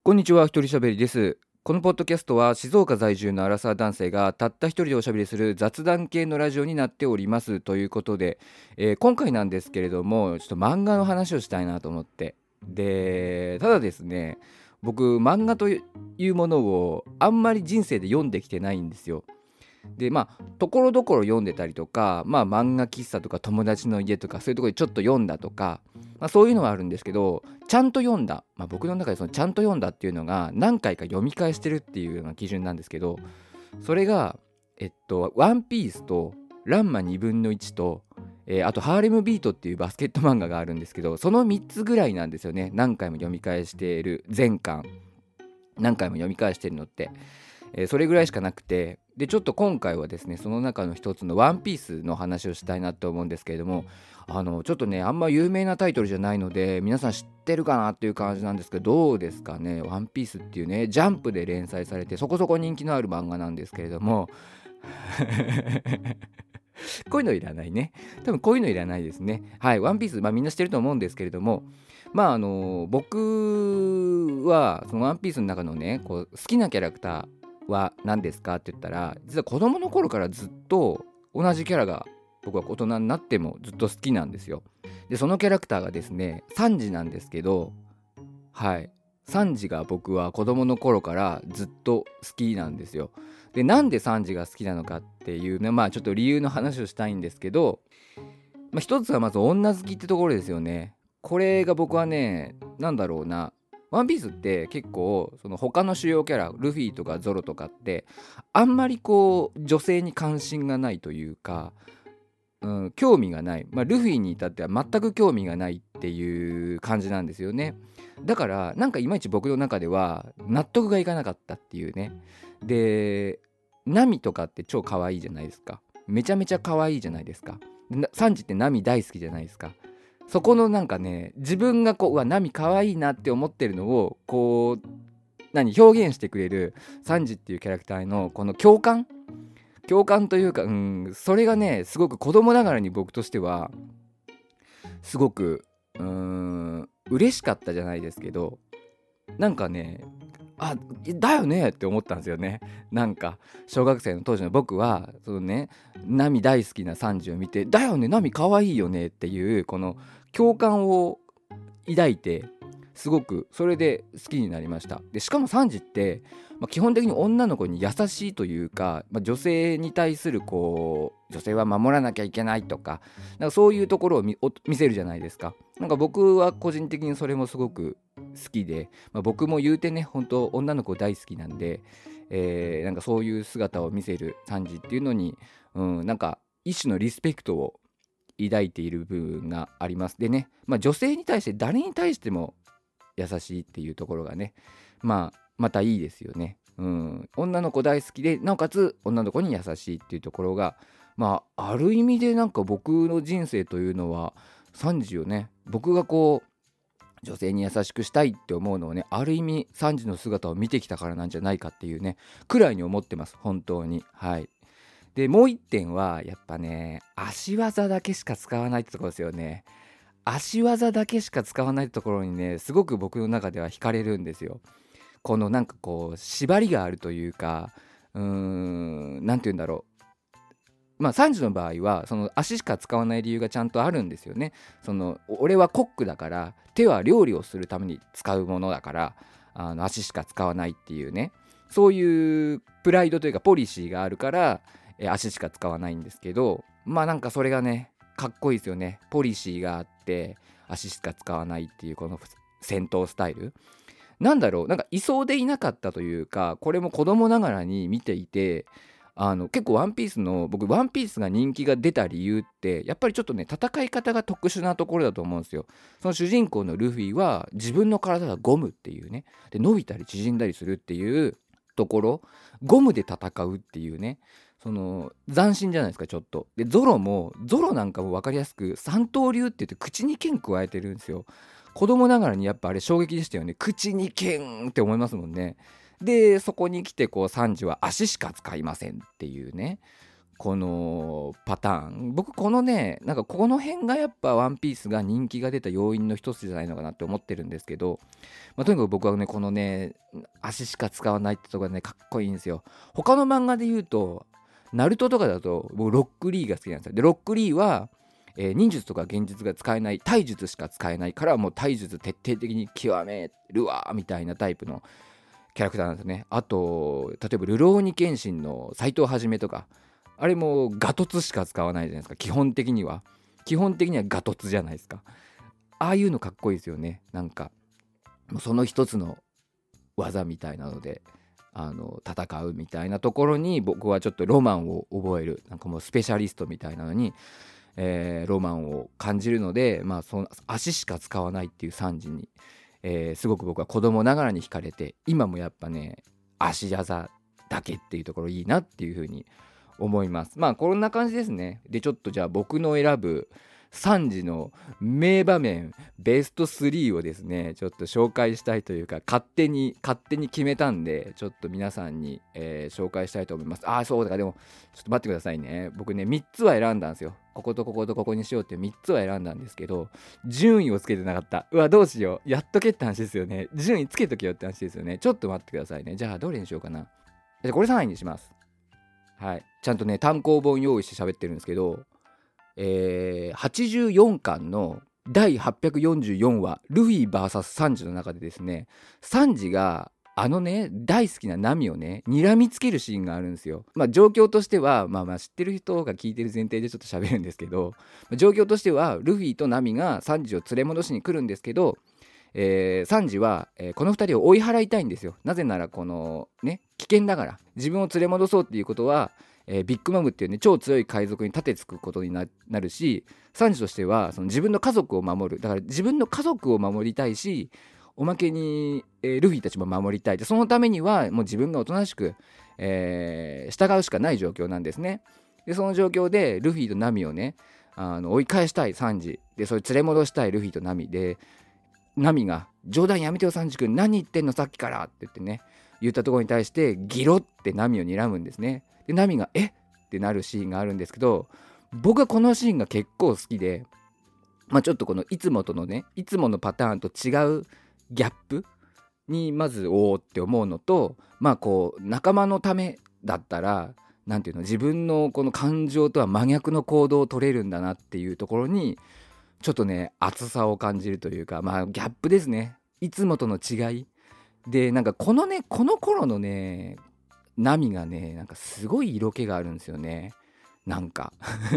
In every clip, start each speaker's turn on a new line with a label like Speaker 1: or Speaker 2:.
Speaker 1: こんにちは、一人喋りです。このポッドキャストは静岡在住のアラサー男性がたった一人でおしゃべりする雑談系のラジオになっておりますということで、今回なんですけれども、ちょっと漫画の話をしたいなと思って。で、ただですね、僕漫画というものをあんまり人生で読んできてないんですよ。で、ところどころ読んでたりとか、漫画喫茶とか友達の家とかそういうところでちょっと読んだとか、そういうのはあるんですけど、ちゃんと読んだ、僕の中でそのちゃんと読んだっていうのが何回か読み返してるっていうような基準なんですけど、それがワンピースとランマ2分の1と、あとハーレムビートっていうバスケット漫画があるんですけど、その3つぐらいなんですよね。何回も読み返している、全巻何回も読み返してるのって、それぐらいしかなくて、でちょっと今回はですね、その中の一つのワンピースの話をしたいなと思うんですけれども、ちょっとね、あんま有名なタイトルじゃないので皆さん知ってるかなっていう感じなんですけど、どうですかね。ワンピースっていうね、ジャンプで連載されてそこそこ人気のある漫画なんですけれどもこういうのいらないね。多分こういうのいらないですね。はい、ワンピース、みんな知ってると思うんですけれども、僕はそのワンピースの中のね、こう好きなキャラクターは何ですかって言ったら、実は子供の頃からずっと同じキャラが、僕は大人になってもずっと好きなんですよ。でそのキャラクターがですね、サンジなんですけど、はい、サンジが僕は子供の頃からずっと好きなんですよ。でなんでサンジが好きなのかっていうね、ちょっと理由の話をしたいんですけど、一つはまず女好きってところですよね。これが僕はね、なんだろうな、ワンピースって結構その他の主要キャラ、ルフィとかゾロとかってあんまりこう女性に関心がないというか、興味がない、ルフィに至っては全く興味がないっていう感じなんですよね。だからなんかいまいち僕の中では納得がいかなかったっていうね。でナミとかって超可愛いじゃないですか。めちゃめちゃ可愛いじゃないですか。サンジってナミ大好きじゃないですか。そこのなんかね、自分がこう、ナミ可愛いなって思ってるのをこう表現してくれるサンジっていうキャラクターのこの共感というか、それがね、すごく子供ながらに僕としてはすごく嬉しかったじゃないですけど、なんかね、だよねって思ったんですよね。なんか小学生の当時の僕はそのね、ナミ大好きなサンジを見て、だよね、ナミ可愛いよねっていうこの共感を抱いて、すごくそれで好きになりました。でしかもサンジって、基本的に女の子に優しいというか、女性に対するこう、女性は守らなきゃいけないとか、なんかそういうところを見せるじゃないですか。なんか僕は個人的にそれもすごく好きで、僕も言うてね、本当女の子大好きなんで、なんかそういう姿を見せるサンジっていうのに、なんか一種のリスペクトを抱いている部分があります。でね、女性に対して誰に対しても優しいっていうところがね、またいいですよね。女の子大好きで、なおかつ女の子に優しいっていうところが、ある意味でなんか僕の人生というのはサンジをね、僕がこう女性に優しくしたいって思うのはね、ある意味サンジの姿を見てきたからなんじゃないかっていうね、くらいに思ってます、本当に。はい。でもう一点はやっぱね、足技だけしか使わないってところですよね。足技だけしか使わないところにね、すごく僕の中では惹かれるんですよ。このなんかこう縛りがあるというか、なんて言うんだろう。サンジの場合はその足しか使わない理由がちゃんとあるんですよね。その俺はコックだから、手は料理をするために使うものだから、足しか使わないっていうね、そういうプライドというかポリシーがあるから、足しか使わないんですけど、なんかそれがねかっこいいですよね。ポリシーがあって足しか使わないっていうこの戦闘スタイル、なんだろう、なんかいそうでいなかったというか、これも子供ながらに見ていて、結構ワンピースの、僕ワンピースが人気が出た理由ってやっぱりちょっとね、戦い方が特殊なところだと思うんですよ。その主人公のルフィは自分の体がゴムっていうね、で伸びたり縮んだりするっていうところ、ゴムで戦うっていうね、その斬新じゃないですか、ちょっと。でゾロなんかも分かりやすく三刀流って言って口に剣加えてるんですよ。子供ながらにやっぱあれ衝撃でしたよね。口に剣って思いますもんね。でそこに来てこうサンジは足しか使いませんっていうね、 このパターン、僕このねなんかこの辺がやっぱワンピースが人気が出た要因の一つじゃないのかなって思ってるんですけど、とにかく僕はねこのね足しか使わないってところがねかっこいいんですよ。他の漫画で言うとナルトとかだと僕ロックリーが好きなんですよ。でロックリーは、忍術とか幻術が使えない、体術しか使えないから、もう体術徹底的に極めるわみたいなタイプのキャラクターなんですね。あと例えばルローニケンシンの斎藤はじめとか、あれもガトツしか使わないじゃないですか。基本的にはガトツじゃないですか。ああいうのかっこいいですよね。なんかもうその一つの技みたいなので戦うみたいなところに僕はちょっとロマンを覚える、なんかもうスペシャリストみたいなのに、ロマンを感じるので、その足しか使わないっていうサンジに、すごく僕は子供ながらに惹かれて、今もやっぱね足技だけっていうところいいなっていう風に思います。こんな感じですね。でちょっとじゃあ僕の選ぶ3時の名場面ベスト3をですねちょっと紹介したいというか、勝手に決めたんで、ちょっと皆さんに、紹介したいと思います。そうだから、でもちょっと待ってくださいね。僕ね3つは選んだんですよ。こことこことここにしようって3つは選んだんですけど、順位をつけてなかった。うわどうしよう、やっとけって話ですよね。順位つけとけよって話ですよね。ちょっと待ってくださいね。じゃあどれにしようかな。じゃあこれ3位にします。はい、ちゃんとね単行本用意して喋ってるんですけど、84巻の第844話ルフィ VS サンジの中でですね、サンジが大好きなナミをね睨みつけるシーンがあるんですよ。状況としては知ってる人が聞いてる前提でちょっと喋るんですけど、状況としてはルフィとナミがサンジを連れ戻しに来るんですけど、サンジは、この2人を追い払いたいんですよ。なぜならこのね危険だから、自分を連れ戻そうっていうことは、ビッグマムっていうね超強い海賊に盾つくことになるし、サンジとしてはその自分の家族を守る、だから自分の家族を守りたいし、おまけに、ルフィたちも守りたい。でそのためにはもう自分がおとなしく、従うしかない状況なんですね。でその状況でルフィとナミをね追い返したいサンジで、それ連れ戻したいルフィとナミで、ナミが冗談やめてよサンジ君、何言ってんのさっきからって言ってね言ったところに対してギロってナミを睨むんですね。でナミがえってなるシーンがあるんですけど、僕はこのシーンが結構好きで、ちょっとこのいつものパターンと違うギャップにまずおーって思うのと、こう仲間のためだったらなんていうの、自分のこの感情とは真逆の行動を取れるんだなっていうところにちょっとね熱さを感じるというか、ギャップですね。いつもとの違いで、なんかこの頃のねナミがねなんかすごい色気があるんですよね。なんか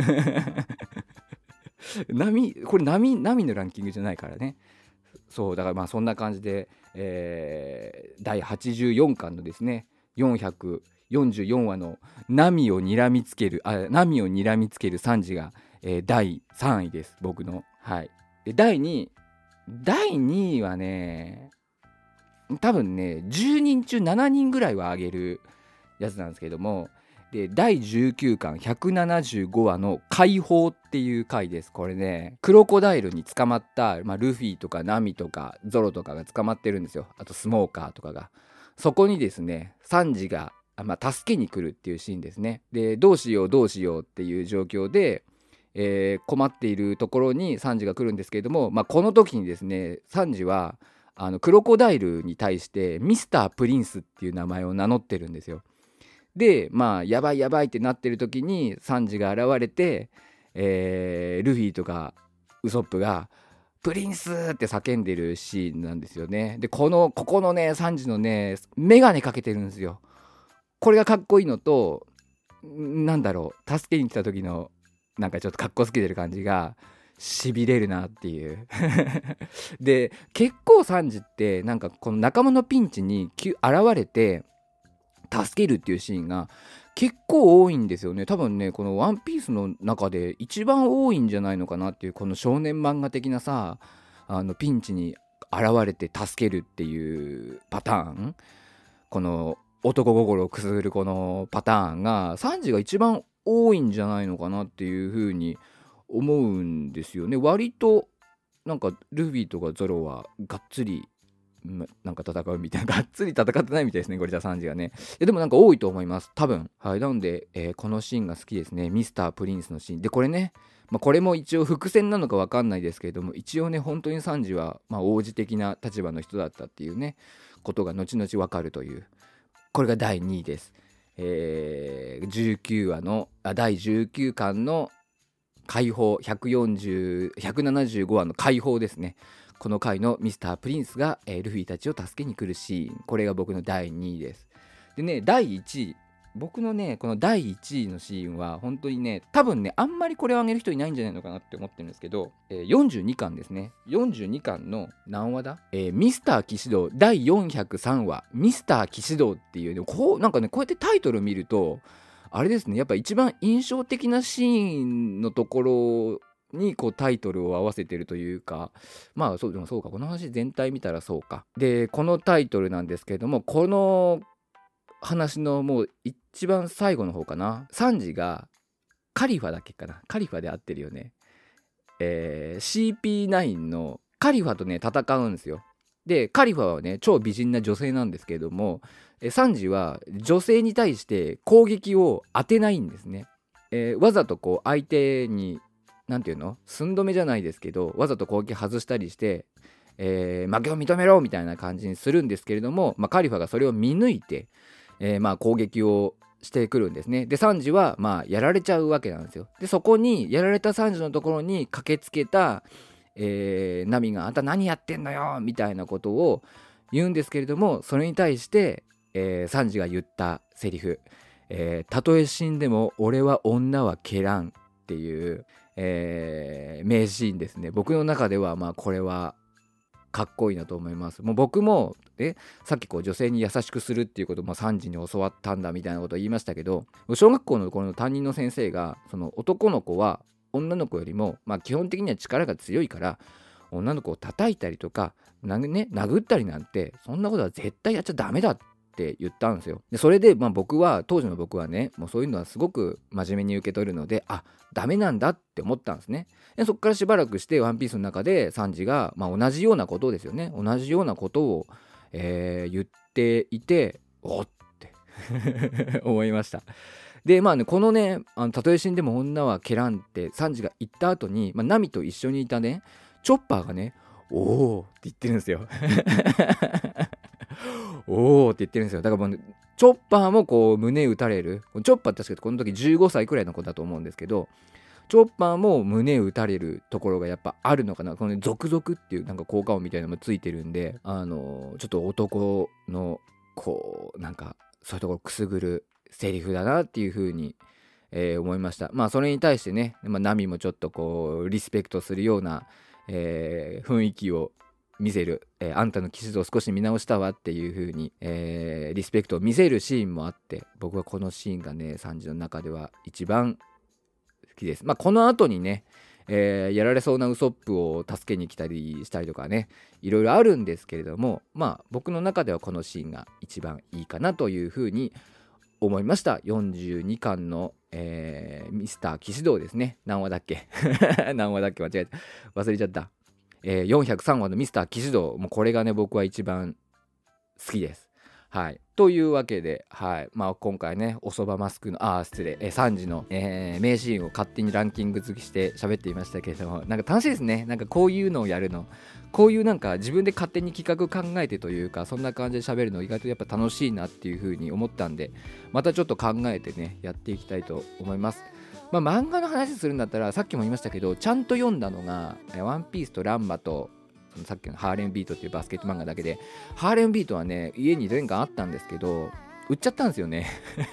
Speaker 1: これナミのランキングじゃないからね。そうだからそんな感じで、第84巻のですね444話のナミを睨みつけるサンジが、第3位です僕の。はい。で第2位はね多分ね10人中7人ぐらいはあげるやつなんですけども、で第19巻175話の解放っていう回です。これねクロコダイルに捕まった、ルフィとかナミとかゾロとかが捕まってるんですよ。あとスモーカーとかが。そこにですねサンジが助けに来るっていうシーンですね。でどうしようっていう状況で、困っているところにサンジが来るんですけれども、この時にですねサンジはクロコダイルに対してミスタープリンスっていう名前を名乗ってるんですよ。でやばいってなってる時にサンジが現れて、ルフィとかウソップがプリンスって叫んでるシーンなんですよね。でここのねサンジのねメガネかけてるんですよ。これがかっこいいのと、なんだろう、助けに来た時のなんかちょっとかっこつけてる感じがしびれるなっていうで結構サンジってなんかこの仲間のピンチに現れて助けるっていうシーンが結構多いんですよね。多分ねこのワンピースの中で一番多いんじゃないのかなっていう、この少年漫画的なさピンチに現れて助けるっていうパターン、この男心をくすぐるこのパターンがサンジが一番多いんじゃないのかなっていう風に思うんですよね。割となんかルフィとかゾロはがっつりなんか戦うみたいな、がっつり戦ってないみたいですね、ゴリラサンジがね。でもなんか多いと思います、多分。はい。なので、このシーンが好きですね。ミスタープリンスのシーンで、これね、これも一応伏線なのか分かんないですけれども、一応ね本当にサンジは、王子的な立場の人だったっていうねことが後々分かるという、これが第2位です。19話の第19巻の解放、175話の解放ですね。この回のミスタープリンスが、ルフィたちを助けに来るシーン、これが僕の第2位です。でね、第1位、僕のねこの第1位のシーンは本当にね、多分ねあんまりこれを上げる人いないんじゃないのかなって思ってるんですけど、42巻ですね。42巻の何話だ、ミスター騎士道第403話ミスター騎士道っていう、こうなんかね、こうやってタイトル見るとあれですね、やっぱ一番印象的なシーンのところにこうタイトルを合わせてるというか、でもそうか、この話全体見たらそうか。でこのタイトルなんですけれども、この話のもう一番最後の方かな、サンジがカリファだっけかな、カリファで合ってるよね、CP9 のカリファとね戦うんですよ。でカリファはね超美人な女性なんですけれども、サンジは女性に対して攻撃を当てないんですね。わざとこう相手になんていうの、寸止めじゃないですけど、わざと攻撃外したりして、負けを認めろみたいな感じにするんですけれども、カリファがそれを見抜いて、攻撃をしてくるんですね。でサンジはやられちゃうわけなんですよ。でそこにやられたサンジのところに駆けつけた、ナミがあんた何やってんのよみたいなことを言うんですけれども、それに対して、サンジが言ったセリフ、たとえ死んでも俺は女は蹴らんっていう、名シーンですね。僕の中ではこれはかっこいいなと思います。もう僕もさっきこう女性に優しくするっていうことをサンジに教わったんだみたいなことを言いましたけど、小学校の頃の担任の先生が、その男の子は女の子よりも基本的には力が強いから、女の子を叩いたりとか殴ったりなんてそんなことは絶対やっちゃダメだって言ったんですよ。でそれで当時の僕はね、もうそういうのはすごく真面目に受け取るので、ダメなんだって思ったんですね。でそこからしばらくしてワンピースの中でサンジが、同じようなことですよね、同じようなことを、言っていて、おって思いました。でこのね、たとえ死んでも女は蹴らんってサンジが言った後に、ナミと一緒にいたねチョッパーがね、おーって言ってるんですよおーって言ってるんですよ。だからもうチョッパーもこう胸打たれる、チョッパー確かこの時15歳くらいの子だと思うんですけど、チョッパーも胸打たれるところがやっぱあるのかな。このゾクゾクっていうなんか効果音みたいなのもついてるんで、ちょっと男のこうなんかそういうところくすぐるセリフだなっていう風に、思いました。それに対してね、ナミもちょっとこうリスペクトするような、雰囲気を見せる、あんたの騎士道を少し見直したわっていう風に、リスペクトを見せるシーンもあって、僕はこのシーンがねサンジの中では一番好きです。この後にね、やられそうなウソップを助けに来たりしたりとかね、いろいろあるんですけれども、僕の中ではこのシーンが一番いいかなというふうに思いました。42巻の、ミスター騎士道ですね。何話だっけ何話だっけ、間違えた、忘れちゃった。403話のミスター騎士道、もうこれがね僕は一番好きです。はい、というわけで、今回ねおそばマスクのサンジの、名シーンを勝手にランキング付きして喋っていましたけれども、なんか楽しいですね。なんかこういうのをやるの、こういうなんか自分で勝手に企画考えてというか、そんな感じで喋るの意外とやっぱ楽しいなっていう風に思ったんで、またちょっと考えてねやっていきたいと思います。漫画の話するんだったら、さっきも言いましたけど、ちゃんと読んだのがワンピースとランマとさっきのハーレムビートっていうバスケット漫画だけで、ハーレムビートはね家に前回あったんですけど売っちゃったんですよね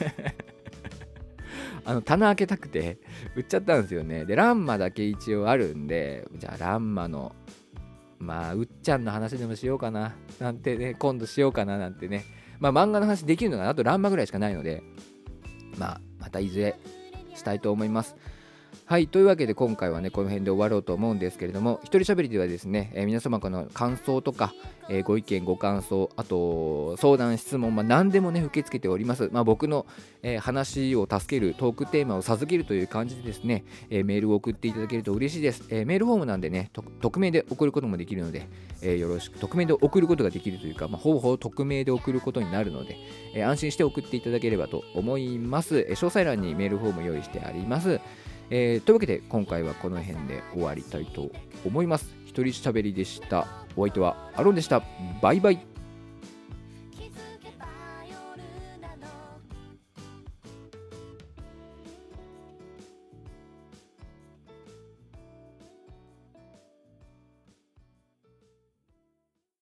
Speaker 1: 棚開けたくて売っちゃったんですよね。でランマだけ一応あるんで、じゃあランマのうっちゃんの話でもしようかななんてね、今度しようかななんてね。漫画の話できるのがあとランマぐらいしかないので、またいずれしたいと思います。 はい、というわけで今回はねこの辺で終わろうと思うんですけれども、一人喋りではですね、皆様からの感想とか、ご意見ご感想、あと相談質問、何でもね受け付けております。僕の、話を助けるトークテーマを授けるという感じでですね、メールを送っていただけると嬉しいです。メールフォームなんでね匿名で送ることもできるので、よろしく。匿名で送ることができるというか、ほぼほぼ匿名で送ることになるので、安心して送っていただければと思います。詳細欄にメールフォーム用意してあります。というわけで今回はこの辺で終わりたいと思います。一人しゃべりでした。お相手はアロンでした。バイバイ。